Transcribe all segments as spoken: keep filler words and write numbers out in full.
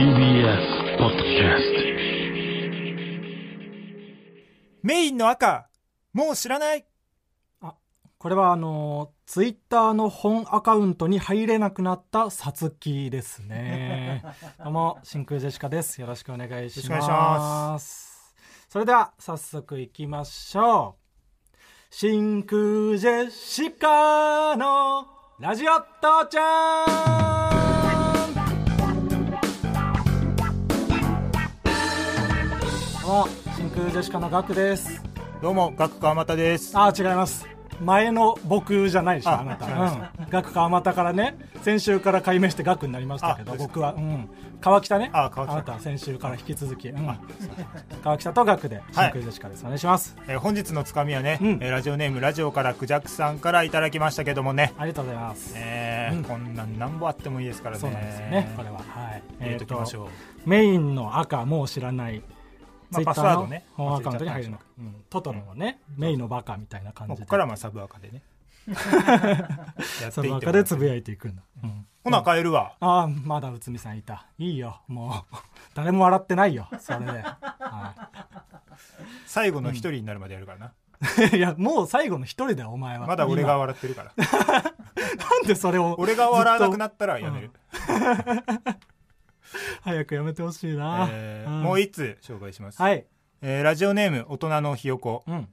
ティービーエス ポッドキャスト。 メインの赤もう知らない。 あ、これはあのツイッターの本アカウントに入れなくなったさつきですね。どうも真空ジェシカです。よろしくお願いします。 よろしくお願いします。 それでは早速いきましょう。真空ジェシカのラジオ父ちゃん。どうも真空ジェシカのガクです。 どうもガク川又です。 あー違います。前の僕じゃないでしょ、ああなた。 違います、 うん、ガク川又からね、先週から改名してガクになりましたけど、僕は、うん、川北ね。 あ川北。 あなたは先週から引き続き、うん、川北とガクで真空ジェシカです、はい、お願いします。 えー、本日のつかみはね、うん、えー、ラジオネームラジオからクジャクさんからいただきましたけどもね。 ありがとうございます。 えーうん、こんなん何本あってもいいですからね。 そうなんですよね、これは。はい。 入れときましょう。 メインの赤もう知らない。 まあ、パスワードね、 本アカウントに入るのか、うん、トトロのね、うん、メイのバカみたいな感じで、 ここからまあサブアカでねサブアカでつぶやいていくんだ、うん、 ほな帰るわ。 ああ、まだ内海さんいた。いいよ、もう誰も笑ってないよそれで、はい、 最後の一人になるまでやるからな、 うん、いやもう最後の一人だよお前は。 まだ俺が笑ってるからなんでそれを俺が笑わなくなったらやめる、うん早くやめてほしいな、 えーうん、もう一つ紹介します、 はい。 えー、ラジオネーム大人のひよこ、 うん、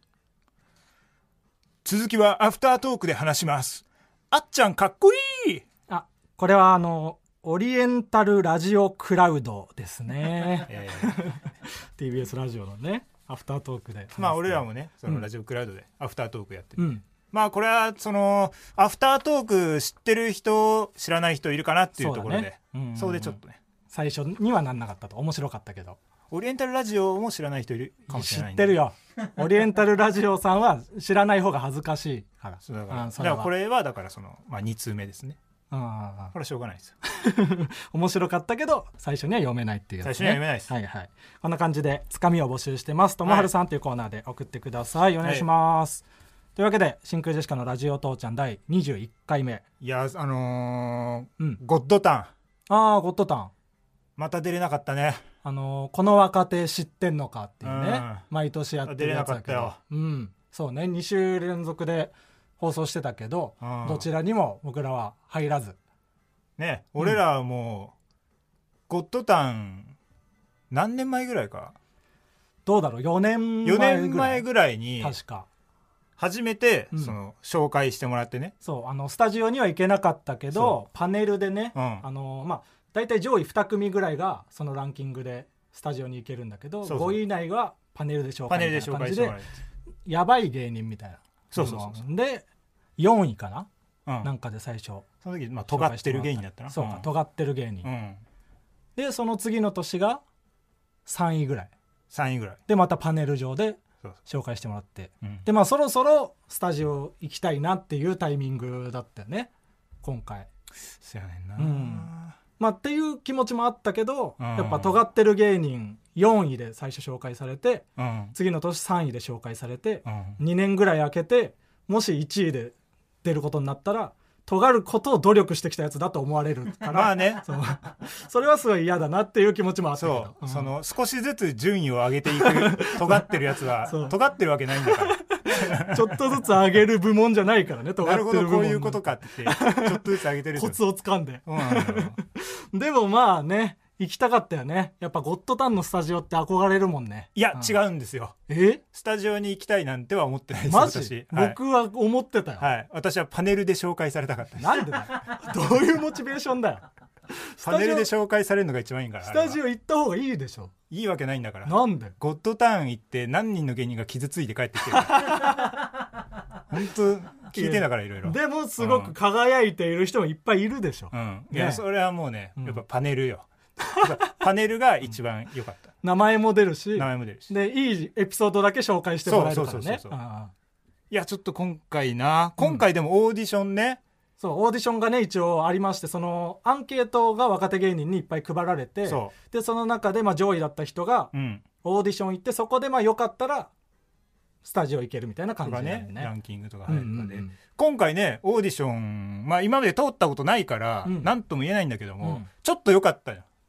続きはアフタートークで話します。あっちゃんかっこいい。 あ、これはあのオリエンタルラジオクラウドですね、えー、ティービーエス ラジオのねアフタートークで、 まあ俺らもねそのラジオクラウドでアフタートークやってる、 うん、 まあこれはそのアフタートーク知ってる人知らない人いるかなっていうところで そう,、ねうんうんうん、そうでちょっとね最初にはなんなかったと。面白かったけどオリエンタルラジオも知らない人いるかもしれない。 知ってるよオリエンタルラジオさんは知らない方が恥ずかしいからそうだから、うん、それはだからこれはだからその、まあ、に通目ですね。 あこれはしょうがないですよ面白かったけど最初には読めないっていうやつ、ね、 最初には読めないです、 はいはい、こんな感じでつかみを募集してます。ともはるさんというコーナーで送ってください、はい、お願いします、はい、というわけで真空ジェシカのラジオ父ちゃんだいにじゅういっかいめ。 いやあのーうん、ゴッドタン。 ああゴッドタンまた出れなかったね。 あのー、この若手知ってんのかっていうね、うん、毎年やってるやつだけど出れなかったよ、 うん、そうねに週連続で放送してたけど、うん、どちらにも僕らは入らずね。俺らはもう、うん、ゴッドタン何年前ぐらいかどうだろうよねんまえぐらい、よねんまえぐらいに確か初めてその、うん、紹介してもらってね。 そうあのスタジオには行けなかったけどパネルでね、うん、あのまあ大体上位に組ぐらいがそのランキングでスタジオに行けるんだけど、そうそうごい以内はパネルで紹介みたいな感じでやばい芸人みたいな。 そうそうそうそうでよんいかな、うん、なんかで最初その時、まあ、尖ってる芸人だったな。 そうか、うん、尖ってる芸人、 うん、 でその次の年がさんいぐらいさんいぐらいでまたパネル上で紹介してもらって、うん、でまあそろそろスタジオ行きたいなっていうタイミングだったよね今回。 そうやねんな、 うんまあ、っていう気持ちもあったけど、うん、やっぱ尖ってる芸人よんいで最初紹介されて、うん、次の年さんいで紹介されて、うん、にねんぐらい空けてもしいちいで出ることになったら尖ることを努力してきたやつだと思われるからまあねそ, それはすごい嫌だなっていう気持ちもあったけどそう、うん、その少しずつ順位を上げていく尖ってるやつは尖ってるわけないんだからちょっとずつ上げる部門じゃないからね。尖ってる部門。 なるほどこういうことかって言ってちょっとずつ上げてるコツをつかんで、うん、でもまあね行きたかったよね。やっぱゴッドタンのスタジオって憧れるもんね。 いや、 うん、 違うんですよ。 えスタジオに行きたいなんては思ってないです。 マジ、 私、 はい、僕は思ってたよ、 はい、私はパネルで紹介されたかったです。 なんでだよどういうモチベーションだよパネルで紹介されるのが一番いいから。 スタジオ行った方がいいでしょ。 いいわけないんだから。 なんでゴッドタン行って何人の芸人が傷ついて帰ってきてるか本当聞いてんだからいろいろ。 でもすごく輝いている人もいっぱいいるでしょ、 うん、いや、ね、それはもうねやっぱパネルよ、うん、パネルが一番良かった、 うん、名前も出るし名前も出るしでいいエピソードだけ紹介してもらえるからね。そうそうそうそう。 いやちょっと今回な今回でもオーディションね、うん、 そうオーディションがね一応ありまして、そのアンケートが若手芸人にいっぱい配られて、そでその中でまあ上位だった人がオーディション行って、そこでまあ良かったらスタジオ行けるみたいな感じで、ねね、ランキングとか入るので、うんうんうん、今回ねオーディション、まあ、今まで通ったことないから何、うん、とも言えないんだけども、うん、ちょっと良かったよ。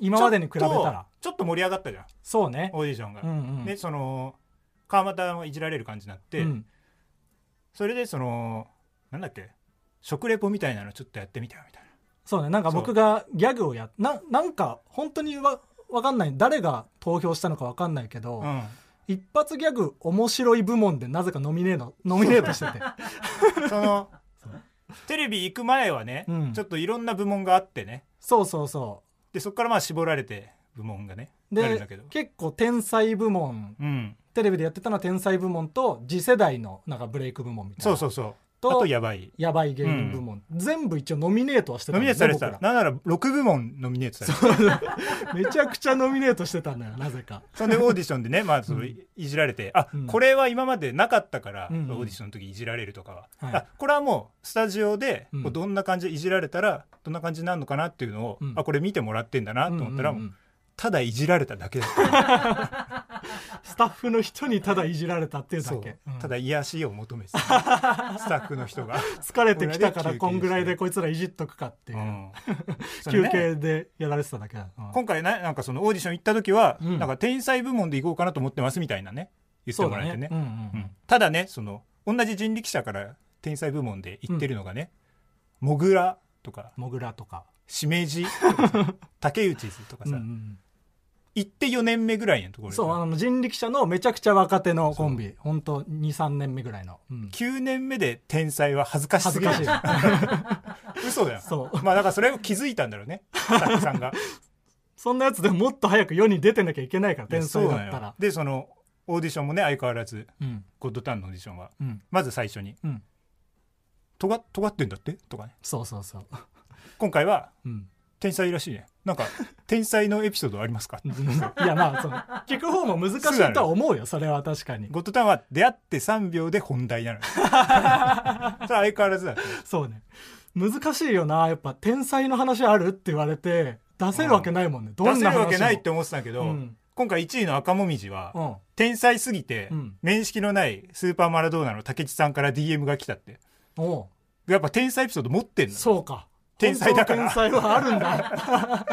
今までに比べたらちょっと盛り上がったじゃん。 そうね、 オーディションが、 うんうん、 でその川又もいじられる感じになって、うん、それでそのなんだっけ食レポみたいなのちょっとやってみたよみたいな。 そうね、なんか僕がギャグをやななんか本当にわ分かんない、誰が投票したのか分かんないけど、うん、一発ギャグ面白い部門でなぜかノミネートノミネートしててそのテレビ行く前はね、うん、ちょっといろんな部門があってね、 そうそうそう、 でそこからまあ絞られて部門がねでなるんだけど、 結構天才部門、うん、テレビでやってたのは天才部門と次世代のなんかブレイク部門みたいな、 そうそうそうとあとやばいやばい芸人部門、うん、全部一応ノミネートはしてたんだよね。ノミネートされてた。なんならろく部門ノミネートされてためちゃくちゃノミネートしてたんだよ、なぜか。 そんでオーディションでね、まあ、そのいじられて、うん、あ、うん、これは今までなかったから、うん、オーディションの時いじられるとかは、うん、あこれはもうスタジオでこうどんな感じでいじられたらどんな感じになるのかなっていうのを、うん、あこれ見てもらってんだなと思ったら、うんうんうん、ただいじられただけだったスタッフの人にただいじられたっていうだけ、 うん、ただ癒しを求めてたスタッフの人が疲れてきたからこんぐらいでこいつらいじっとくかっていう、うん、休憩でやられてただけだ、 うん、今回ねなんかそのオーディション行った時は、うん、なんか天才部門で行こうかなと思ってますみたいなね言ってもらえて ね, ね、うんうんうん、ただねその同じ人力車から天才部門で行ってるのがね、うん、モグラとかモグラとかしめじとか竹内図とかさ、うんうん行ってよねんめぐらいのところで、 そうあの人力車のめちゃくちゃ若手のコンビ、本当にさんねんめぐらいの、 うん、きゅうねんめで天才は恥ずかしすぎる嘘だよ。そうまあだからそれを気づいたんだろうねスタッフさんがそんなやつでもっと早く世に出てなきゃいけないから天才だったら。 でそのオーディションもね相変わらず、うん、ゴッドタンのオーディションは、うん、まず最初に、うん、とが尖ってんだってとかね、 そうそうそう今回は、うん天才らしいね。なんか天才のエピソードありますかいやまあその聞く方も難しいとは思うよ。それは確かに。 ゴッドタンは出会ってさんびょうで本題なのそれは相変わらずだ、ね、 そうね難しいよな。やっぱ天才の話あるって言われて出せるわけないもんね、 うん、どんな話も出せるわけないって思ってたけど、うん、今回いちいの赤もみじは、うん、天才すぎて、うん、面識のないスーパーマラドーナの竹内さんから ディーエム が来たって。おやっぱ天才エピソード持ってんの。 そうか天才だから天才はあるんだ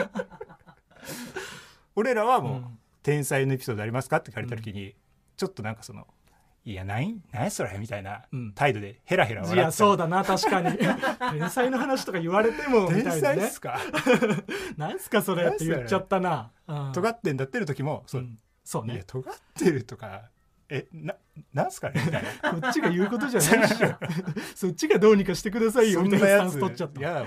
俺らはもう、うん、天才のエピソードありますかって聞かれた時に、うん、ちょっとなんかそのいやない何それみたいな態度でヘラヘラ笑って、うん、 いやそうだな確かに天才の話とか言われてもみたいなね。 天才っすか何すかそれって言っちゃったな、 うん、尖ってんだってる時もそう、うん、そうねいや尖ってるとかえななんすかねみたいなこっちが言うことじゃないしそっちがどうにかしてくださいよみたいなスタンス取っちゃった。や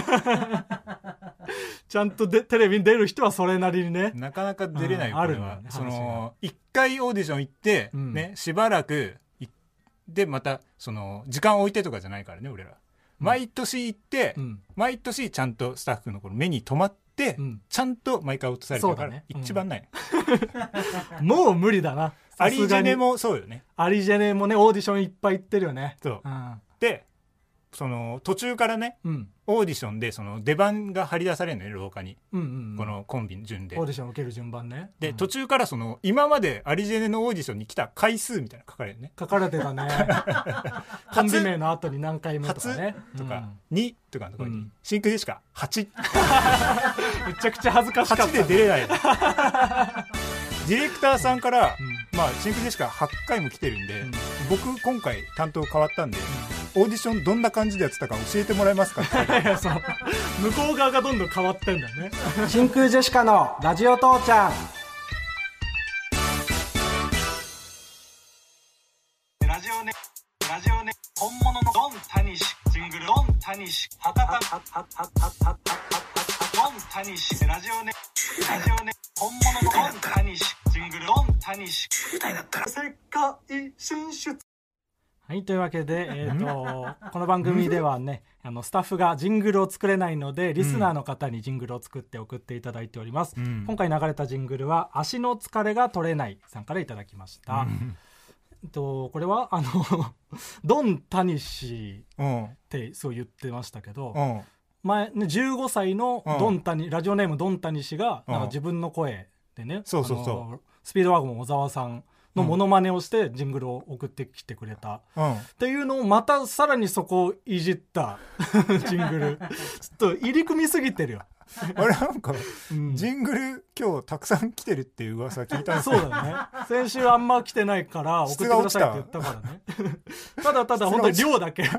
ちゃんとでテレビに出る人はそれなりにねなかなか出れないよ、うん、これは、ね、そのいっかいオーディション行って、うんね、しばらくでまたその時間置いてとかじゃないからね俺ら、うん、毎年行って、うん、毎年ちゃんとスタッフのこの目に留まって、うん、ちゃんと毎回落とされてるから、ね、一番ない、 うん、もう無理だな。 アリジェネもそうよね。 アリジェネもねオーディションいっぱい行ってるよね。 そう、うん、でその途中からね、うん、オーディションでその出番が張り出されるのね廊下に、うんうんうん、このコンビの順でオーディション受ける順番ね。 で、うん、途中からその今までアリジェネのオーディションに来た回数みたいなの書かれるね。 書かれてたねコンビ名の後に何回目とかねとか、うん、にとかのところに、うん、真空ジェシカはちめちゃくちゃ恥ずかしかった。 はちで出れないディレクターさんから、うん、まあ真空ジェシカはちかいも来てるんで、うん、僕今回担当変わったんで、うん、オーディションどんな感じでやってたか教えてもらえますかってそう向こう側がどんどん変わってんだよね真空ジェシカのラジオ父ちゃん。 ラジオネラジオネ本物のドンタニシジングルドンタニシハタハタハタハタハタドンタニシラジオネラジオネ本物のドンタニシジングルドンタニシきゅうだいだったら世界進出。 はい、というわけで、えー、とこの番組ではねあのスタッフがジングルを作れないのでリスナーの方にジングルを作って送っていただいております、うん、今回流れたジングルは足の疲れが取れないさんからいただきました、うんえっと、これはあのドンタニシってそう言ってましたけど、うん前ね、じゅうごさいのドンタニ、うん、ラジオネームドンタニ氏がなんか自分の声でね、うん、そうそうそうスピードワゴン小沢さんのモノマネをしてジングルを送ってきてくれた、うん、っていうのをまたさらにそこをいじったジングルちょっと入り組みすぎてるよ俺なんか、 うん、 ジングル今日たくさん来てるっていう噂聞いたんですけどそうだね。先週あんま来てないから送ってくださいって言ったからね。ただただ本当に量だけ。ね、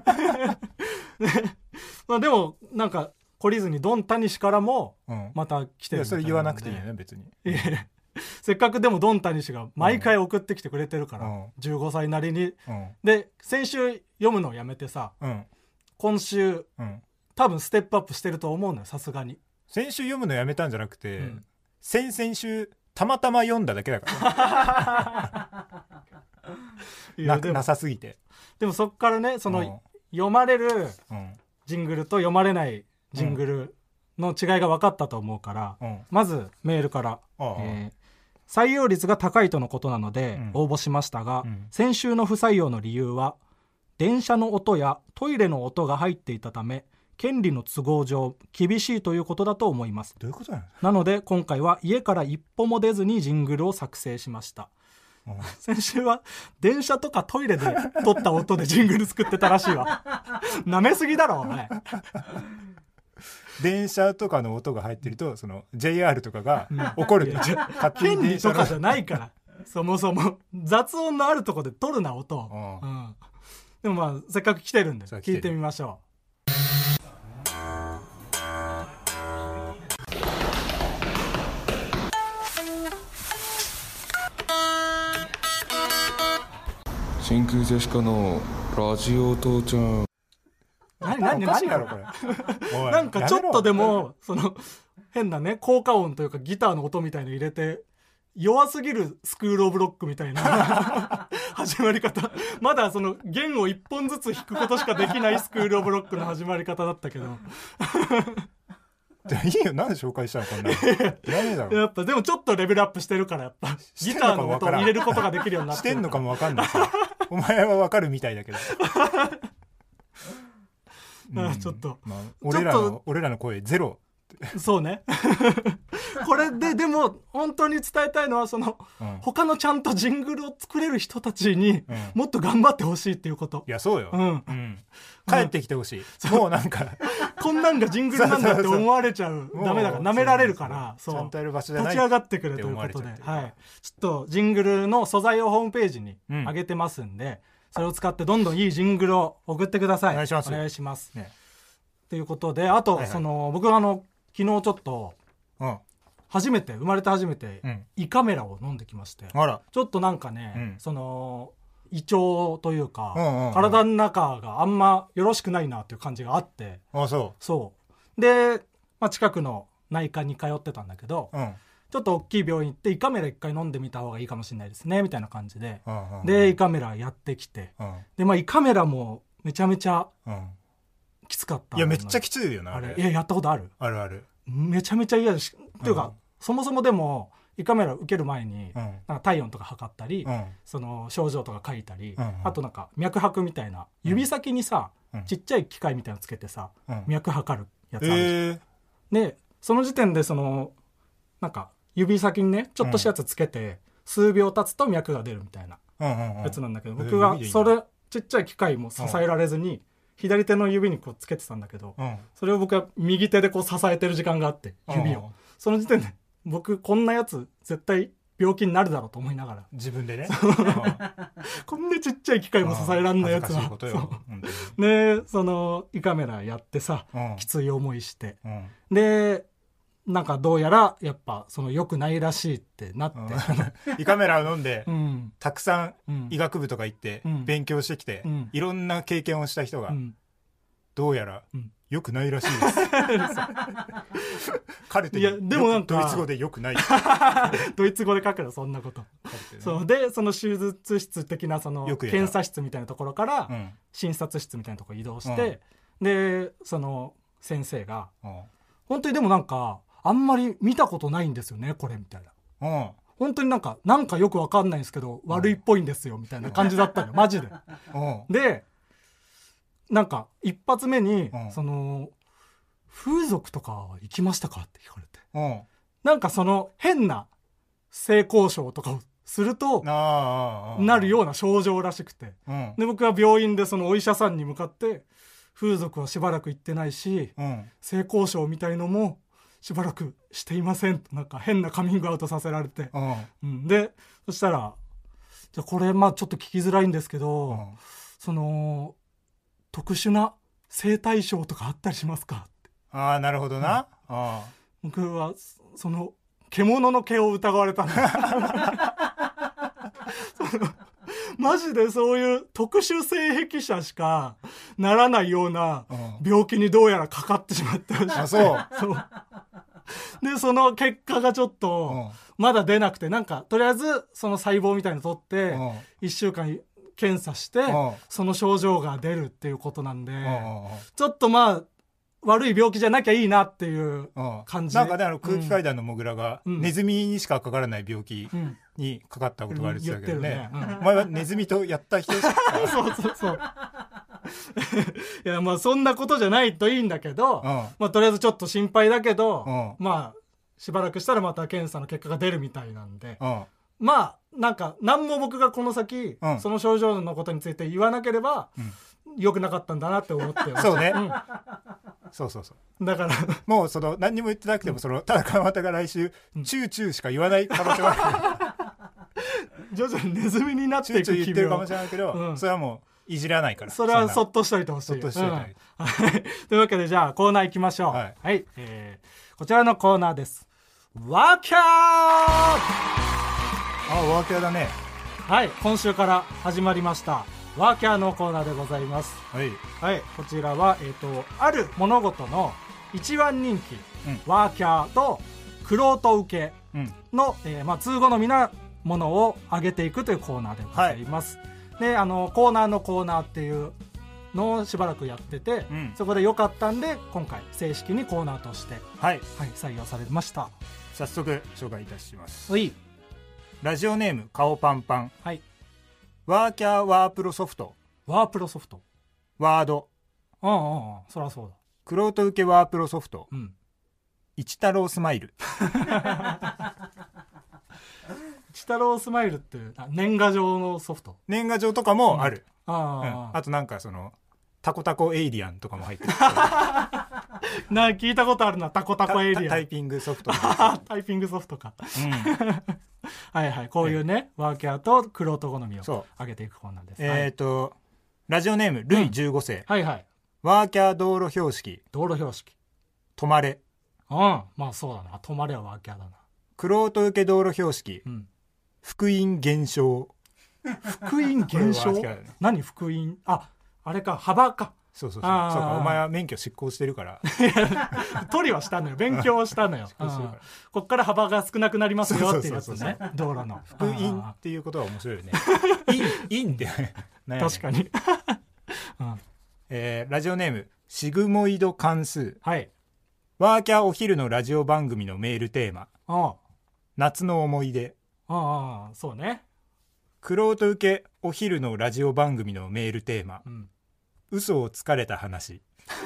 まあでもなんか懲りずにドンタニシからもまた来てるみたいなので、 いやそれ言わなくていいよね別に。 いやせっかくでもドンタニシが毎回送ってきてくれてるから、うん、じゅうごさいなりに、うん、で先週読むのをやめてさ、うん、今週、うん、多分ステップアップしてると思うのよさすがに。 先週読むのやめたんじゃなくて、うん、先々週たまたま読んだだけだからいや な, なさすぎて。 でもそっからねその、うん、読まれるジングルと読まれないジングルの違いが分かったと思うから、うん、まずメールから、えー採用率が高いとのことなので応募しましたが、うん、先週の不採用の理由は電車の音やトイレの音が入っていたため権利の都合上厳しいということだと思います。 どういうことなの？ なので今回は家から一歩も出ずにジングルを作成しました。うん、先週は電車とかトイレで撮った音でジングル作ってたらしいわ。なめすぎだろお前。 電車とかの音が入ってるとその ジェイアール とかが怒る、うん、 権利とかじゃないからそもそも雑音のあるとこで撮るな音、うん、でもまあせっかく来てるんで聞いてみましょう。真空ジェシカのラジオ父ちゃん。 何何何やろこれなんかちょっとでもその変なね効果音というかギターの音みたいの入れて弱すぎるスクールオブロックみたいな始まり方。まだその弦を一本ずつ弾くことしかできないスクールオブロックの始まり方だったけどいいよなんで紹介したのこんなのダメだろ。 やっぱでもちょっとレベルアップしてるからやっぱギターの音を入れることができるようになってる。 してんのかも分かんないお前は分かるみたいだけどうん、ちょっと、まあ、 俺らの俺らの声ゼロ。 そうねこれででも本当に伝えたいのはその、うん、他のちゃんとジングルを作れる人たちに、うん、もっと頑張ってほしいっていうこと。 いやそうよ、うんうん、帰ってきてほしい、うん、もうなんかこんなんがジングルなんだって思われちゃうダメだから舐められるからそうちゃんとやる場所じゃない立ち上がってくれということで、はい、ちょっとジングルの素材をホームページに上げてますんで、うんそれを使ってどんどんいいジングルを送ってください。 お願いします。 お願いします。ね、ということであと、はいはい、その僕はあの昨日ちょっと、うん、初めて生まれて初めて、うん、胃カメラを飲んできまして、 あらちょっとなんかね、うん、その胃腸というか、うんうんうん、体の中があんまよろしくないなっていう感じがあって、 あそうそうで、まあ、近くの内科に通ってたんだけど、うんちょっと大きい病院行って胃カメラ一回飲んでみた方がいいかもしれないですねみたいな感じで、うんうん、で胃カメラやってきて、うん、でまあ胃カメラもめちゃめちゃきつかった、 うん、いやめっちゃきついよなあれ。いややったことあるあるあるめちゃめちゃ嫌だし、うん、っていうかそもそもでも胃カメラ受ける前に、うん、なんか体温とか測ったり、うん、その症状とか書いたり、うんうん、あとなんか脈拍みたいな指先にさ、うん、ちっちゃい機械みたいなのつけてさ、うん、脈測るやつあるじゃん、えー、でその時点でそのなんか指先にねちょっとしたやつつけて、うん、数秒経つと脈が出るみたいなやつなんだけど、うんうんうん、僕はそれちっちゃい機械も支えられずに、うん、左手の指にこうつけてたんだけど、うん、それを僕は右手でこう支えてる時間があって指を、うん、その時点で僕こんなやつ絶対病気になるだろうと思いながら自分でねこんなちっちゃい機械も支えらんないやつはでその胃カメラやってさ、うん、きつい思いして、うん、でなんかどうやらやっぱその良くないらしいってなって、 うん、胃カメラを飲んで、うん、たくさん医学部とか行って勉強してきて、うん、いろんな経験をした人が、うん、どうやら良くないらしいです、カルテにいやでもなんかドイツ語で良くないドイツ語で書くのそんなこと、ね、そうでその手術室的なその検査室みたいなところから診察室みたいなところ移動して、うん、でその先生が、うん、本当にでもなんかあんまり見たことないんですよねこれみたいな、うん、本当になんかなんかよく分かんないんですけど、うん、悪いっぽいんですよみたいな感じだったのよマジで、うん、でなんか一発目に、うん、その風俗とか行きましたかって聞かれて、うん、なんかその変な性交渉とかをするとなるような症状らしくて、うん、で僕は病院でそのお医者さんに向かって風俗はしばらく行ってないし、うん、性交渉みたいのもしばらくしていませんとなんか変なカミングアウトさせられて、 うんうん、でそしたらじゃこれまあちょっと聞きづらいんですけど、 うん、 その特殊な性対象とかあったりしますかって。 ああなるほどな、うん、あ僕はその獣の毛を疑われたんだそのマジでそういう特殊性癖者しかならないような病気にどうやらかかってしまったらしい。 あそうそうでその結果がちょっとまだ出なくて、なんかとりあえずその細胞みたいの取っていっしゅうかん検査してその症状が出るっていうことなんで、ちょっとまあ悪い病気じゃなきゃいいなっていう感じ。 なんかねあの空気階段のモグラがネズミにしかかからない病気にかかったことがあるって言ってたけどね、うんねうん、お前はネズミとやった人しかそうそうそういやまあそんなことじゃないといいんだけど、うん、まあとりあえずちょっと心配だけど、うん、まあしばらくしたらまた検査の結果が出るみたいなんで、うん、まあなんか何も僕がこの先、うん、その症状のことについて言わなければ、うん、良くなかったんだなって思ってます。 そうね、うん、そうそうそうだからもうその何にも言ってなくても、うん、そのただ川端が来週、うん、チューチューしか言わない可能性がある徐々にネズミになっていくチューチュー言ってるかもしれないけど、うん、それはもういじらないから、 それはそっとしといてほしい。 そっとしといて、うん、 というわけでじゃあコーナー行きましょう。はい、はい、えー、こちらのコーナーです。ワーキャー。あ、 ワーキャーだね。 はい、今週から始まりましたワーキャーのコーナーでございます。 はい、 はい、こちらは、えーと、ある物事の一番人気、うん、ワーキャーと玄人受けの、うん、えーまあ、通好みなものを上げていくというコーナーでございます。はい、であのコーナーのコーナーっていうのをしばらくやってて、うん、そこで良かったんで今回正式にコーナーとして、 はいはい、採用されました。 早速紹介いたします。 はい、 ラジオネーム顔パンパン、 はい、 ワーキャーワープロソフト。 ワープロソフト、 ワード、 ああああそりゃそうだ。 玄人受けワープロソフト、 うん、 一太郎スマイル一太郎スマイルって年賀状のソフト。 年賀状とかもある、 うん、あ, うん、あとなんかそのタコタコエイリアンとかも入ってるな、聞いたことあるな、タコタコエイリアン。 タイピングソフトタイピングソフトか、うん、はいはい、こういうね、ワーキャーと玄人好みを上げていくコーナーです。 えっ、ー、と、はい、ラジオネームルイじゅうごせい、うん、 はいはい、 ワーキャー道路標識。 道路標識、 止まれ。 うん、まあそうだな、止まれはワーキャーだな。 玄人受け道路標識、うん、福音減少。 福音減少、ね、何福音、あ、あれか、幅か。 そうそうそう、そうか、お前は免許失効してるから取りはしたのよ、勉強をしたのよこっから幅が少なくなりますよっていうやつね、道路の福音っていうことは面白いよねインインって確かに、 うんえー、ラジオネームシグモイド関数、 はい、 ワーキャーお昼のラジオ番組のメールテーマ、 ああ、 夏の思い出。 ああ、そうね。 玄人受けお昼のラジオ番組のメールテーマ、うん、嘘をつかれた話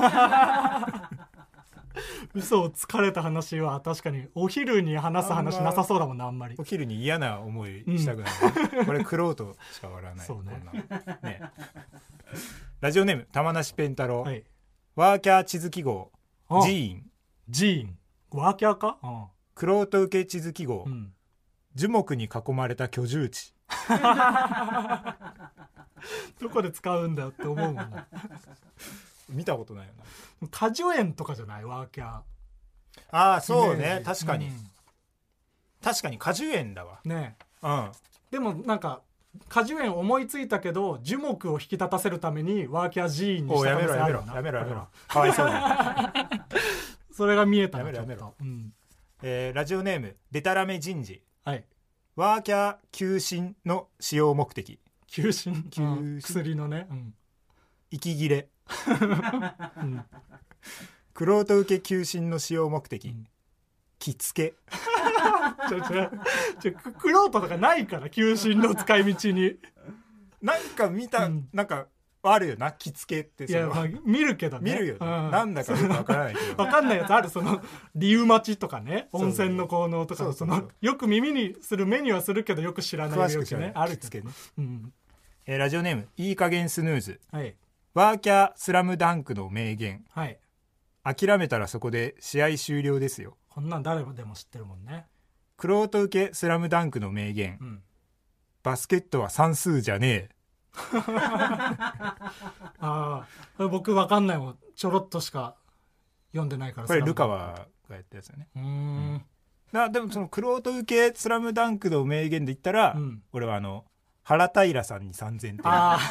嘘をつかれた話は確かにお昼に話す話なさそうだもんな、あんまり。 お昼に嫌な思いしたくない、うん、これ玄人しか笑わない。 そうね、 こんな、ね、ラジオネーム玉梨ペンタロウ、 はい、 ワーキャー地図記号ジーン。 ジーンワーキャーか。 玄人受け地図記号、うん、樹木に囲まれた居住地どこで使うんだよって思うもんな見たことないよな。果樹園とかじゃない、ワーキャー。 ああそうね、確かに、うん、確かに果樹園だわね。 うん、 でもなんか果樹園思いついたけど樹木を引き立たせるためにワーキャー G にした可能性あるよな。 やめろやめろやめろやめろかわいそうだそれが見えたな。 やめろやめろ、 うん、 えー、ラジオネームデタラメ人事、 はい、 ワーキャー休診の使用目的。 休診、うん、薬のね、うん、 息切れ玄人受け休診の使用目的、うん、着付けちょちょちょ玄人とかないから休診の使い道になんか見た、うん、なんかあるよな、着付けって。 いや、まあ、見るけどね、 見るよ、ね、うん、なんだかよく分からないけど分かんないやつある。そのリウマチとかね、温泉の効能とか、そのよく耳にする目にはするけどよく知らない病気ね、ある着付けね、 うん、 えー、ラジオネームいい加減スヌーズ、 はい、 ワーキャースラムダンクの名言、 はい、 諦めたらそこで試合終了ですよ。 こんなん誰でも知ってるもんね。 クロート受けスラムダンクの名言、うん、バスケットは算数じゃねえああ、僕わかんないもん、ちょろっとしか読んでないから。 これルカワがやったやつよね。うーん、うん、だでもそのクロート受けスラムダンクの名言で言ったら、うん、俺はあの原平さんにさんぜんてん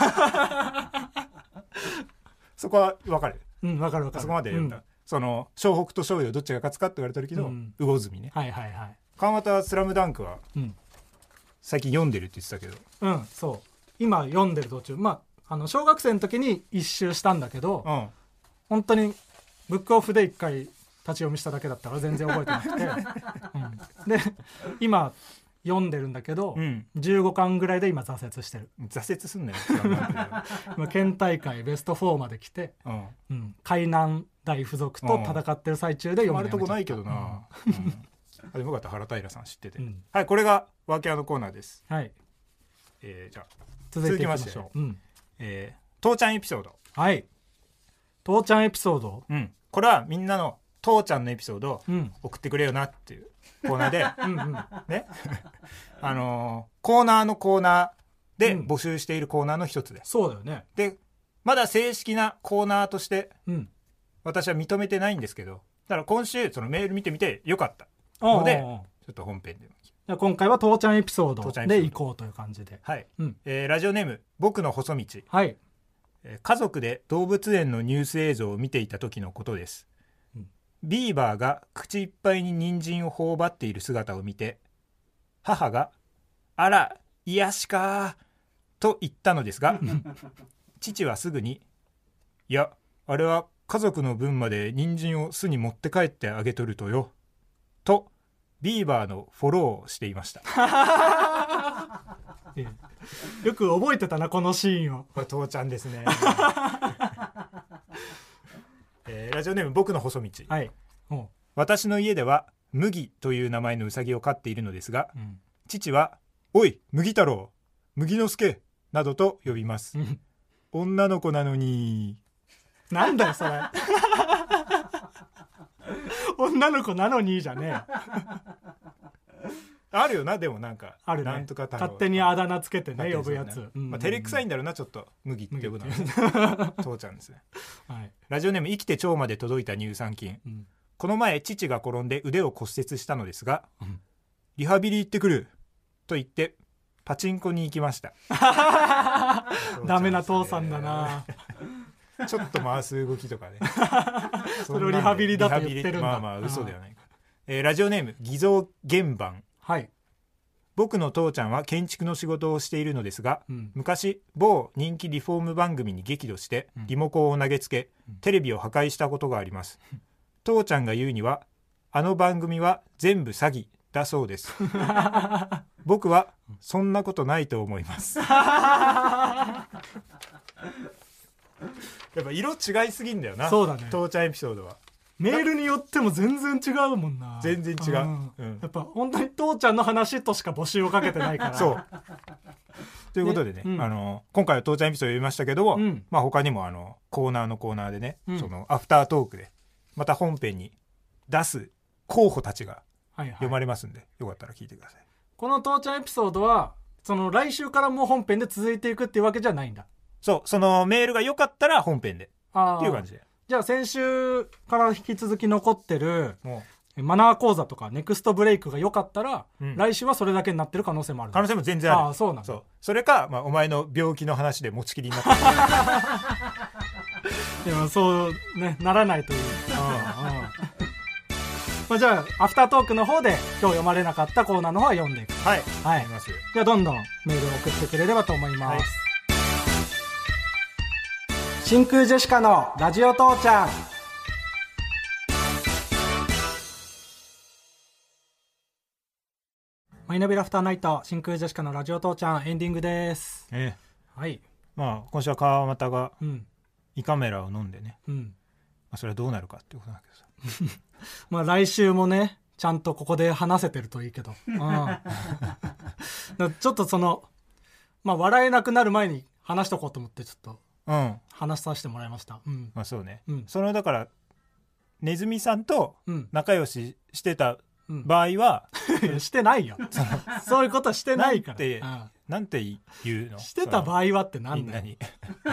そこは分かる。 うん分かる分かる。 そこまで読んだ、うん、その湘北と湘陽どっちが勝つかって言われた時の魚住ね、 うん、はいはいはい。 川又はスラムダンクは、うん、最近読んでるって言ってたけど、 うんそう今読んでる途中、まああの小学生の時に一周したんだけど、うん、本当にブックオフで一回立ち読みしただけだったから全然覚えてなくて、うん、で今読んでるんだけど、うん、じゅうごかんぐらいで今挫折してる。 挫折すんねん今県大会ベストフォーまで来て、うんうん、海南大附属と戦ってる最中で読むのやめちゃった。 あるとこないけどな、うんうん、あでもよかった原平さん知ってて、うん、はいこれがワーキャーのコーナーです。はい、えー、じゃあ続いていきましょう。うん、 えー、父ちゃんエピソード。 はい、父ちゃんエピソード、 うん、これはみんなの父ちゃんのエピソードを送ってくれよなっていうコーナーでうん、うん、ねあのー、コーナーのコーナーで募集しているコーナーの一つで、うん、 そうだよね。 でまだ正式なコーナーとして、うん、私は認めてないんですけど、だから今週そのメール見てみてよかったのでちょっと本編で今回は父ちゃんエピソードでいこうという感じで、 はい、うん、えー、ラジオネーム僕の細道、はい、えー、家族で動物園のニュース映像を見ていた時のことです、うん、ビーバーが口いっぱいに人参を頬張っている姿を見て母があら癒しかと言ったのですが父はすぐにいやあれは家族の分まで人参を巣に持って帰ってあげとるとよとビーバーのフォローをしていましたよく覚えてたなこのシーンを。 これ父ちゃんですね、えー、ラジオネーム僕の細道、はい、私の家では麦という名前のウサギを飼っているのですが、うん、父はおい麦太郎麦之助などと呼びます、うん、女の子なのに。 なんだよそれ女の子なのにじゃねえあるよな。でもなんかある、ね、 なんとか太郎勝手にあだ名つけてね呼ぶやつ、うんうん、 まあ、照れくさいんだろうなちょっと麦って呼ぶのは父ちゃんですね、はい、ラジオネーム生きて腸まで届いた乳酸菌、うん、この前父が転んで腕を骨折したのですが、うん、リハビリ行ってくると言ってパチンコに行きましたダメな父さんだなちょっと回す動きとかねそれをリハビリだと言ってるんだ。 まあまあ嘘ではないか、えー、ラジオネーム偽造原版、はい、僕の父ちゃんは建築の仕事をしているのですが、うん、昔某人気リフォーム番組に激怒してリモコンを投げつけ、うん、テレビを破壊したことがあります、うん、父ちゃんが言うにはあの番組は全部詐欺だそうです僕はそんなことないと思いますやっぱ色違いすぎんだよな。 そうだね。 父ちゃんエピソードはメールによっても全然違うもんな。 全然違う、うんうん、やっぱ本当に父ちゃんの話としか募集をかけてないからそうということでね、うん、あの今回は父ちゃんエピソード読みましたけども、うん、まあ、他にもあのコーナーのコーナーでね、うん、そのアフタートークでまた本編に出す候補たちが読まれますんで、はいはい、よかったら聞いてください。 この父ちゃんエピソードはその来週からも本編で続いていくっていうわけじゃないんだ。 そう、そのメールが良かったら本編でっていう感じで。 じゃあ先週から引き続き残ってるマナー講座とかネクストブレイクが良かったら、うん、来週はそれだけになってる可能性もある。 可能性も全然ある。 ああ、そうなんだ。 そう、それか、まあ、お前の病気の話で持ちきりになってるでもそうね、ならないというああまあ、じゃあアフタートークの方で今日読まれなかったコーナーの方は読んでいく。 はい、 はい、じゃあどんどんメールを送ってくれればと思います、はい。 真空ジェシカのラジオ父ちゃん。 マイナビラフターナイト真空ジェシカのラジオ父ちゃんエンディングです、 ええ、はい。 まあ今週は川又が胃カメラを飲んでね、うん、まあ、それはどうなるかっていうことだけどさまあ来週もねちゃんとここで話せてるといいけど、うん、ちょっとそのまあ笑えなくなる前に話しとこうと思ってちょっとうん、話させてもらいました、うん、 まあそうね、うん、そのだからネズミさんと仲良ししてた場合は、 うん、してないよそういうことはしてないから。 なんて、うん、なんて言うの？ してた場合はってなんだよ。 みんなに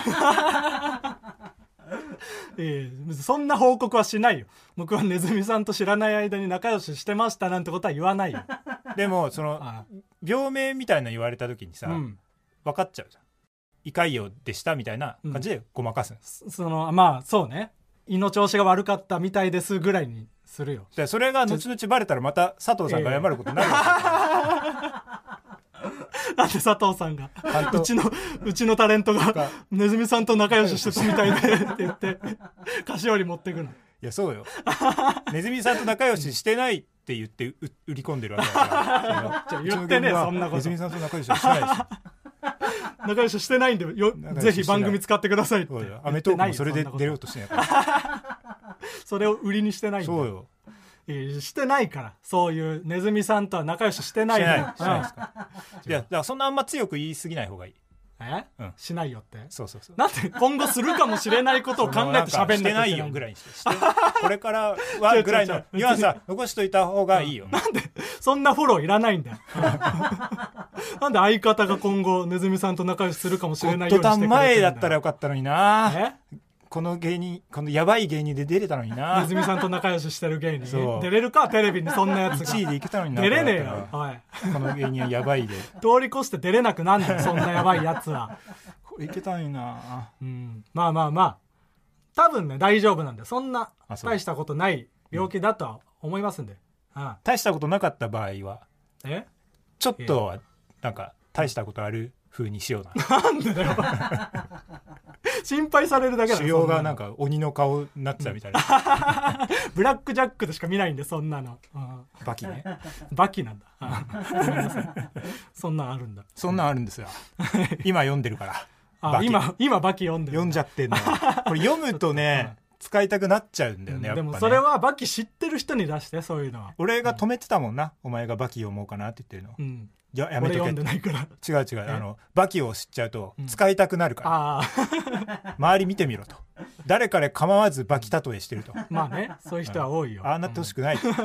えー、そんな報告はしないよ。僕はネズミさんと知らない間に仲良ししてましたなんてことは言わないよ。 でもそのああ病名みたいな言われた時にさ、うん、分かっちゃうじゃん。胃潰瘍でしたみたいな感じでごまかす、 うん、そのまあそうね、胃の調子が悪かったみたいですぐらいにするよ。 でそれが後々バレたらまた佐藤さんが謝ることになるわけ、 えー、なんで佐藤さんがうちのうちのタレントがネズミさんと仲良ししてたみたいでって言って菓子折り持ってくの。 いやそうよネズミさんと仲良ししてないって言って売り込んでるわけだからじゃ言ってねそんなこと。 ネズミさんと仲良しはしてないし仲良ししてないんでよぜひ番組使ってくださいって。 アメトークもそれで出ようとしてないからそれを売りにしてないんだ。 そうよ、 えー、してないから。そういうネズミさんとは仲良ししてないの。 してないですかいやだからそんなあんま強く言い過ぎない方がいい。 え、うん、しないよって。 そうそうそう。 なんで今後するかもしれないことを考えて喋んなきゃいけない。 してないよぐらいにしてしてこれからはぐらいのニュアンスは残しといた方がいいよ。 なんでそんなフォローいらないんだよなんで相方が今後ネズミさんと仲良しするかもしれないようにしてくれてんだよ。 ゴッドタン前だったらよかったのにな。えこの芸人このヤバい芸人で出れたのにな。 ネズミさんと仲良ししてる芸人出れるかテレビにそんなやつが。 いちいでいけたのにな。 出れねえよ、はい、 この芸人はヤバいで通り越して出れなくなんだよそんなヤバいやつは。 これいけたのにな、 うん、まあまあまあ多分ね大丈夫なんで、そんな大したことない病気だとは思いますんで、 うん、ああ大したことなかった場合はえちょっとはなんか大したことある風にしような。なんでだよ心配されるだけだ。 腫瘍がなんか鬼の顔になってたみたいな、 うん、ブラックジャックでしか見ないんでそんなの、うん、 バキねバキなんだ、ごめんなさいそんなんあるんだ。 そんなんあるんですよ今読んでるからあ今今バキ読んでる。 読んじゃってんのこれ読むとね、うん、使いたくなっちゃうんだよね、うん、やっぱね。 でもそれはバキ知ってる人に出して、そういうのは。 俺が止めてたもんな、うん、お前がバキ読もうかなって言ってるの、うん、いややめとけ。 俺読んでないから。 違う違う、あのバキを知っちゃうと使いたくなるから、うん、あ周り見てみろと、誰かで構わずバキ例えしてるとまあね、そういう人は多いよ、 うん、ああなってほしくない、うん、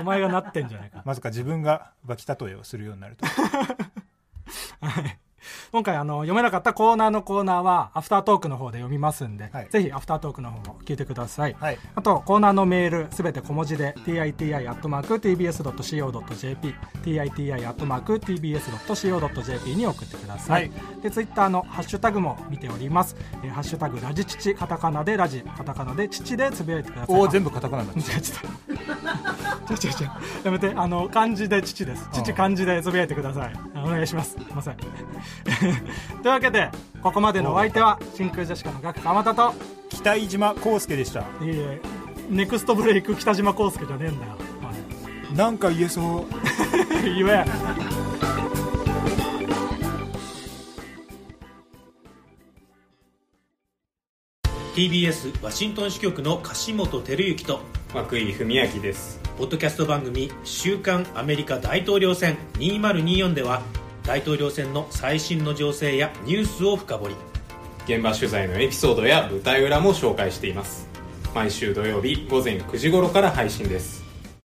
お前がなってんじゃないか。 まさか自分がバキ例えをするようになるとはい今回あの読めなかったコーナーのコーナーはアフタートークの方で読みますんで、はい、ぜひアフタートークの方も聞いてください、はい、あとコーナーのメールすべて小文字で ティーアイティーアイ アットマーク ティービーエス ドット シーオー ドット ジェーピー ティーアイティーアイ アットマーク ティービーエス ドット シーオー ドット ジェーピー に送ってください、はい、でツイッターのハッシュタグも見ております、えー、ハッシュタグラジチチカタカナでラジカタカナで父でつぶやいてください。 お全部カタカナだ。 違う違う違う違うやめて、あの漢字で父です。父漢字でつぶやいてください。お願いします。すいませんというわけでここまでのお相手は真空ジェシカのガク川又と北井島康介でした。 いいえネクストブレイク北島康介じゃねえんだよ、はい、 なんか言えそう言えティービーエス ワシントン支局の樫本照之と涌井文明です。 ポッドキャスト番組週刊アメリカ大統領選にせんにじゅうよんでは大統領選の最新の情勢やニュースを深掘り、 現場取材のエピソードや舞台裏も紹介しています。毎週土曜日午前くじ頃から配信です。